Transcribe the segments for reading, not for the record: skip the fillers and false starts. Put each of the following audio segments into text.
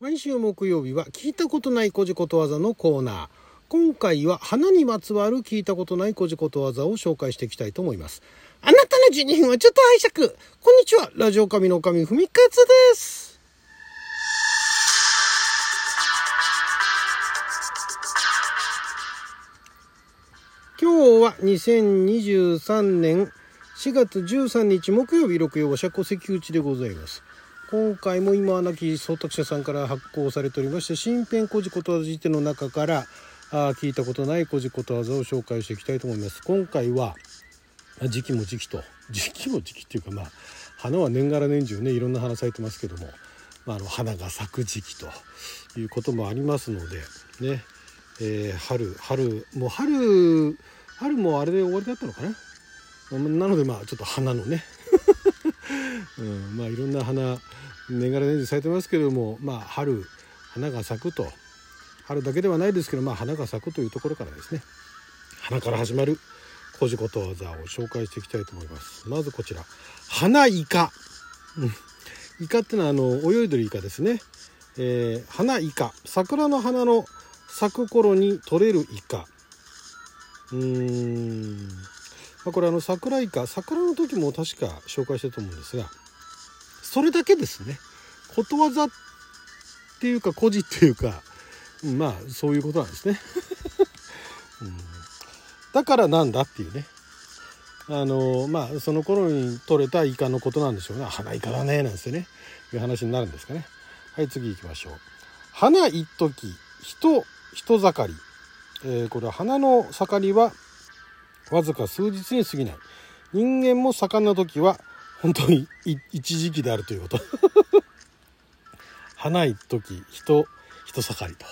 毎週木曜日は聞いたことない古事ことわざのコーナー。今回は花にまつわる聞いたことない古事ことわざを紹介していきたいと思います。あなたの12分はちょっと拝借。こんにちは、ラジオ神の神ふみかつです。今日は2023年4月13日木曜日、六曜は釈迦石打ちでございます。今回も今は亡き創作者さんから発行されておりまして、新編古事ことわざ辞典の中から聞いたことない古事ことわざを紹介していきたいと思います。今回は時期も時期っていうか、花は年がら年中ね、いろんな花咲いてますけども、花が咲く時期ということもありますのでね、春もあれで終わりだったのかな。なのでちょっと花のねいろんな花年がら年中咲いてますけれども、春花が咲くと、春だけではないですけど、花が咲くというところからですね、花から始まる古事ことわざを紹介していきたいと思います。まずこちら、花イカ。イカってのは泳いでるイカですね。花イカ、桜の花の咲く頃に取れるイカ。これ桜イカ、桜の時も確か紹介したと思うんですが、それだけですね。ことわざっていうか古事っていうか、そういうことなんですね。だからなんだっていうね、その頃に取れたイカのことなんでしょうね。花イカだねなんですよね、いう話になるんですかね。はい、次行きましょう。花一時人盛り。これは花の盛りはわずか数日に過ぎない。人間も盛んな時は本当に一時期であるということ。花一時人盛りと。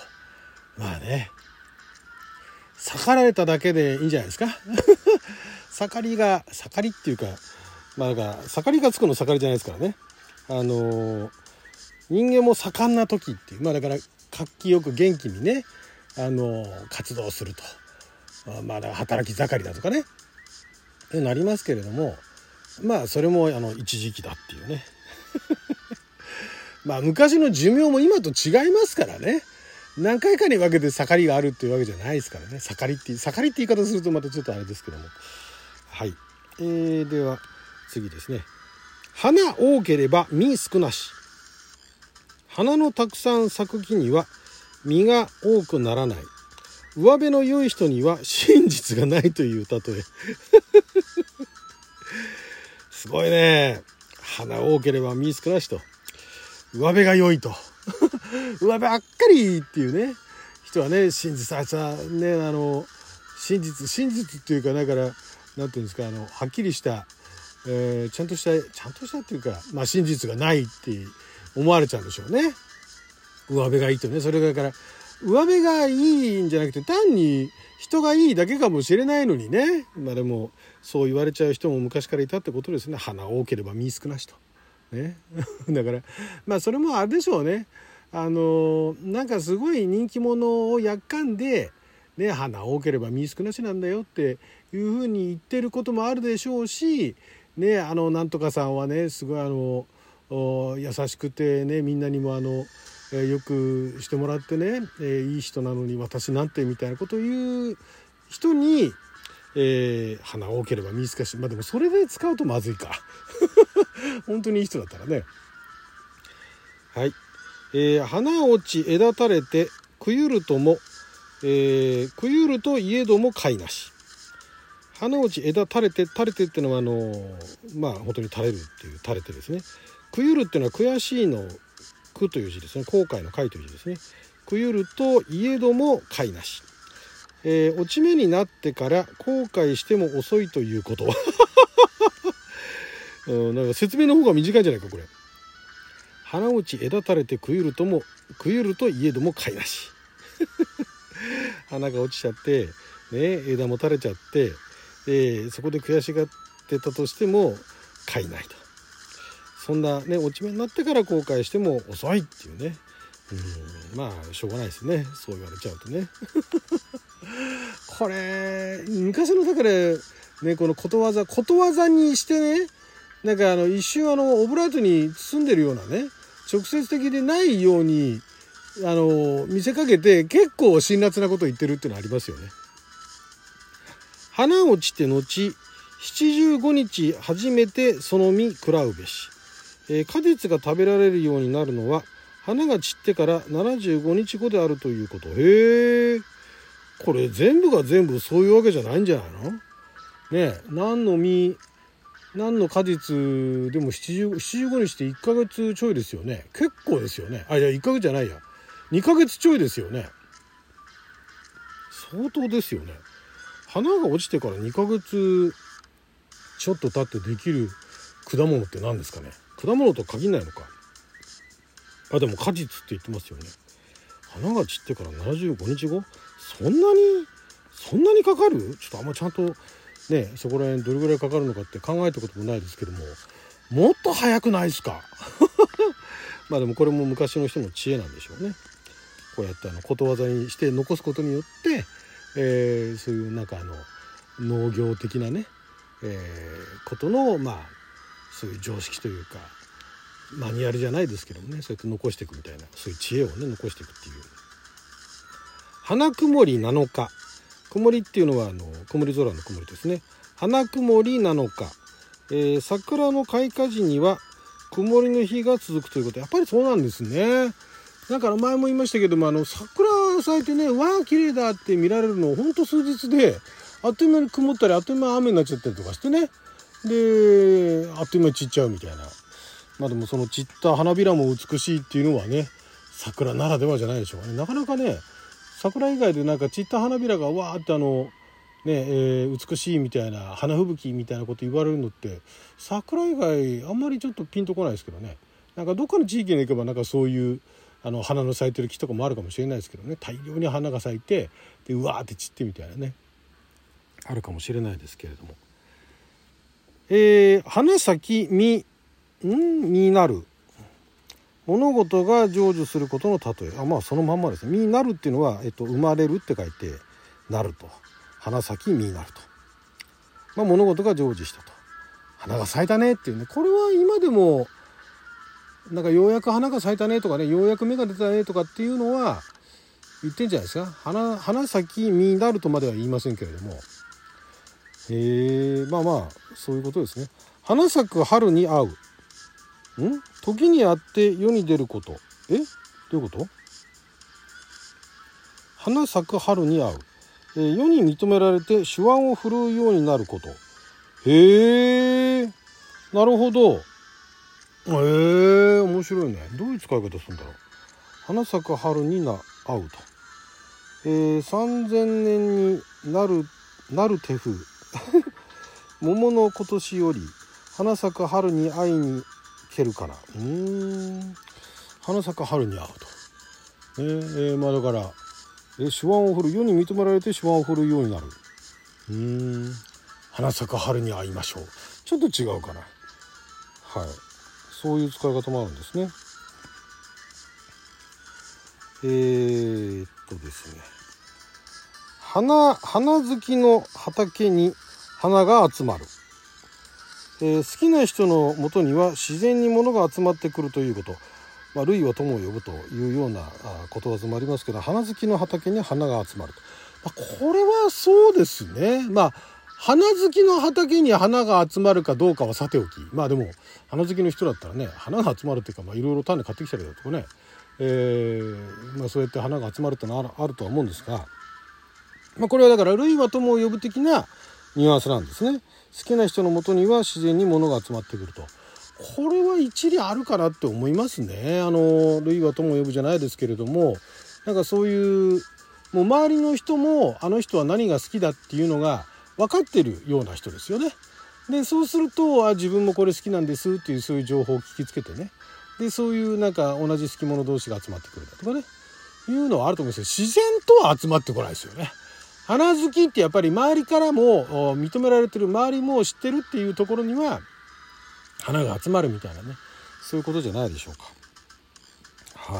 盛られただけでいいんじゃないですか。盛りっていうか、だから盛りがつくの盛りじゃないですからね。人間も盛んな時っていう、だから活気よく元気にね、活動すると。だから働き盛りだとかね、なりますけれども、それも一時期だっていうね。昔の寿命も今と違いますからね。何回かに分けて盛りがあるっていうわけじゃないですからね。盛りって言い方するとまたちょっとあれですけども。はい。では次ですね。花多ければ実少なし。花のたくさん咲く木には実が多くならない。上辺の良い人には真実がないという例え。すごいね。花多ければ実少なしと。上辺が良いと。上辺ばっかりっていうね人はね、真実ね、真実っていうか、だからなんていうんですか、はっきりした、ちゃんとしたっていうか、真実がないって思われちゃうんでしょうね。上辺がいいとね。それだから上辺がいいんじゃなくて、単に人がいいだけかもしれないのにね。でもそう言われちゃう人も昔からいたってことですね。花多ければ実少なしとね。だからそれもあれでしょうね。なんかすごい人気者をやっかんでね、花多ければ実少なしなんだよっていうふうに言ってることもあるでしょうしね。なんとかさんはね、すごい優しくてね、みんなにもよくしてもらってね、いい人なのに私なんてみたいなことを言う人に、花多ければ実少なし。でもそれで使うとまずいか。本当にいい人だったらね。はい。花落ち枝垂れてくゆるといえども飼いなし。花落ち枝垂れてっていうのは本当に垂れるっていう垂れてですね。くゆるっていうのは悔しいのくという字ですね。後悔の悔という字ですね。くゆるといえども飼いなし。落ち目になってから後悔しても遅いということ。なんか説明の方が短いんじゃないかこれ。花落ち枝垂れてくゆるといえども飼いなし。花が落ちちゃってね、枝も垂れちゃって、そこで悔しがってたとしても飼いないと。そんなね、落ち目になってから後悔しても遅いっていうね。しょうがないですね、そう言われちゃうとね。これ昔のだからね、このことわざにしてね、一瞬オブラートに包んでるようなね、直接的でないように見せかけて結構辛辣なこと言ってるっていうのありますよね。花落ちて後75日初めてその実食らうべし、果実が食べられるようになるのは花が散ってから75日後であるということ。へえ、これ全部が全部そういうわけじゃないんじゃないのね。え、何の実何の果実でも75日って1ヶ月ちょいですよね。結構ですよね。いや1ヶ月じゃないや、2ヶ月ちょいですよね。相当ですよね。花が落ちてから2ヶ月ちょっと経ってできる果物って何ですかね。果物と限らないのか。でも果実って言ってますよね。花が散ってから75日後、そんなにかかる？ちょっとあんまちゃんとね、そこら辺どれぐらいかかるのかって考えたこともないですけども、もっと早くないですかでもこれも昔の人の知恵なんでしょうね。こうやってことわざにして残すことによって、そういうなんか農業的なね、ことのそういう常識というかマニュアルじゃないですけどもね、そうやって残していくみたいな、そういう知恵をね残していくっていう。花曇り7日、曇りっていうのは曇り空の曇りですね。花曇り7日、桜の開花時には曇りの日が続くということ。やっぱりそうなんですね。だから前も言いましたけども、桜咲いてね、わあ綺麗だって見られるのほんと数日で、あっという間に曇ったりあっという間に雨になっちゃったりとかしてね、であっという間に散っちゃうみたいな。でもその散った花びらも美しいっていうのはね、桜ならではじゃないでしょうかね。なかなかね、桜以外でなんか散った花びらがわーって美しいみたいな、花吹雪みたいなこと言われるのって桜以外あんまりちょっとピンとこないですけどね。なんかどっかの地域に行けばなんかそういう花の咲いてる木とかもあるかもしれないですけどね、大量に花が咲いてでうわーって散ってみたいなね、あるかもしれないですけれども、花咲き実になる、物事が成就することの例え。そのまんまですね。実になるっていうのは、生まれるって書いてなると、花咲き実になると、物事が成就したと、花が咲いたねっていうね。これは今でもなんかようやく花が咲いたねとかね、ようやく芽が出たねとかっていうのは言ってんじゃないですか。花咲き実になるとまでは言いませんけれども、そういうことですね。花咲く春に会う、時にあって世に出ること。どういうこと？花咲く春に会う、世に認められて手腕を振るうようになること。へえ、なるほど。面白いね。どういう使い方するんだろう。花咲く春に会うと、3000年になる手風桃の今年より花咲く春に会いにけるから。花咲く春に会うと、だから手腕を振る、世に認められて手腕を振るようになる。花咲く春に会いましょう。ちょっと違うかな。はい、そういう使い方もあるんですね。ですね、花好きの畑に花が集まる、好きな人のもとには自然に物が集まってくるということ。類は友を呼ぶというようなことわざもありますけど、花好きの畑に花が集まると、これはそうですね。花好きの畑に花が集まるかどうかはさておき、でも花好きの人だったらね、花が集まるっていうか、いろいろ種買ってきたりだとかね、そうやって花が集まるってのはあるとは思うんですが、これはだから類は友を呼ぶ的なニュアンスなんですね。好きな人のもとには自然に物が集まってくると。これは一理あるかなって思いますね。類は友を呼ぶじゃないですけれども、なんかそういうもう周りの人もあの人は何が好きだっていうのが分かってるような人ですよね。でそうすると自分もこれ好きなんですっていう、そういう情報を聞きつけてね、でそういうなんか同じ好き者同士が集まってくるだとかね、いうのはあると思うんですけど、自然とは集まってこないですよね。花好きってやっぱり周りからも認められてる、周りも知ってるっていうところには花が集まるみたいなね、そういうことじゃないでしょうか。はい。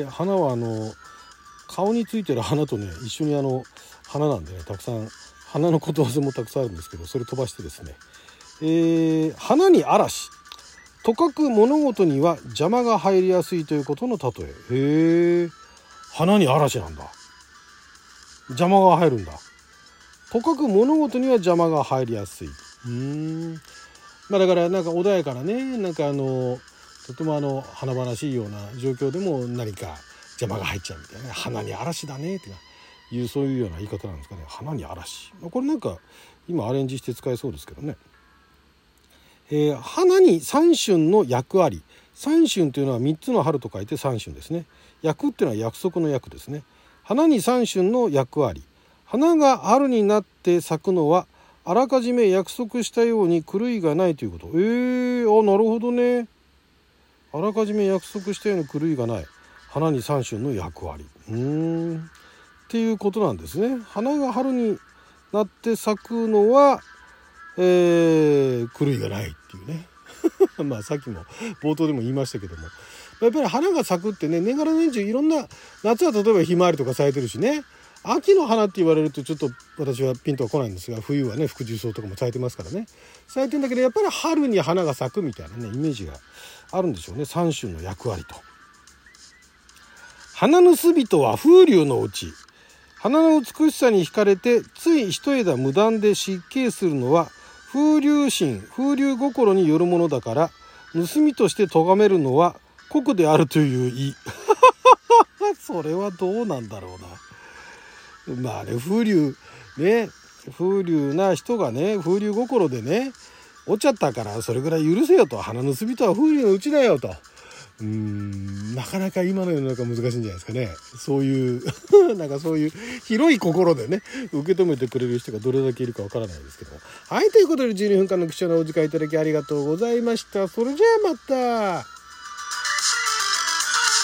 花は顔についてる花とね一緒に花なんでね、たくさん花のことわざもたくさんあるんですけど、それ飛ばしてですね、花に嵐、 とかく物事には邪魔が入りやすいということの例え。へえ、花に嵐なんだ。邪魔が入るんだ。とかく物事には邪魔が入りやすい。まあだからなんか穏やかなね、なんかとても華々しいような状況でも何か邪魔が入っちゃうみたいなね。花に嵐だねっていうそういうような言い方なんですかね。花に嵐。これなんか今アレンジして使えそうですけどね。花に三春の役あり。三春というのは3つの春と書いて三春ですね。役っていうのは約束の役ですね。花に三春の役あり。花が春になって咲くのはあらかじめ約束したように狂いがないということ。なるほどね。あらかじめ約束したように狂いがない。花に三春の役あり。っていうことなんですね。花が春になって咲くのは狂いがないっていうねまあさっきも冒頭でも言いましたけども、やっぱり花が咲くってね、年がら年中いろんな、夏は例えばひまわりとか咲いてるしね、秋の花って言われるとちょっと私はピンとは来ないんですが、冬はね福寿草とかも咲いてますからね、咲いてんだけどやっぱり春に花が咲くみたいなねイメージがあるんでしょうね。三春の役割と。花のすびとは風流のうち。花の美しさに惹かれてつい一枝無断で失敬するのは風流心、風流心によるものだから、盗みとして咎めるのは酷であるという意それはどうなんだろうな。まあね、風流な人がね、風流心でね落ちちゃったからそれぐらい許せよと。花盗みとは風流のうちだよと。なかなか今の世の中難しいんじゃないですかね。そういうなんかそういう広い心でね受け止めてくれる人がどれだけいるかわからないですけど。はい、ということで12分間の貴重なお時間いただきありがとうございました。それじゃあまた。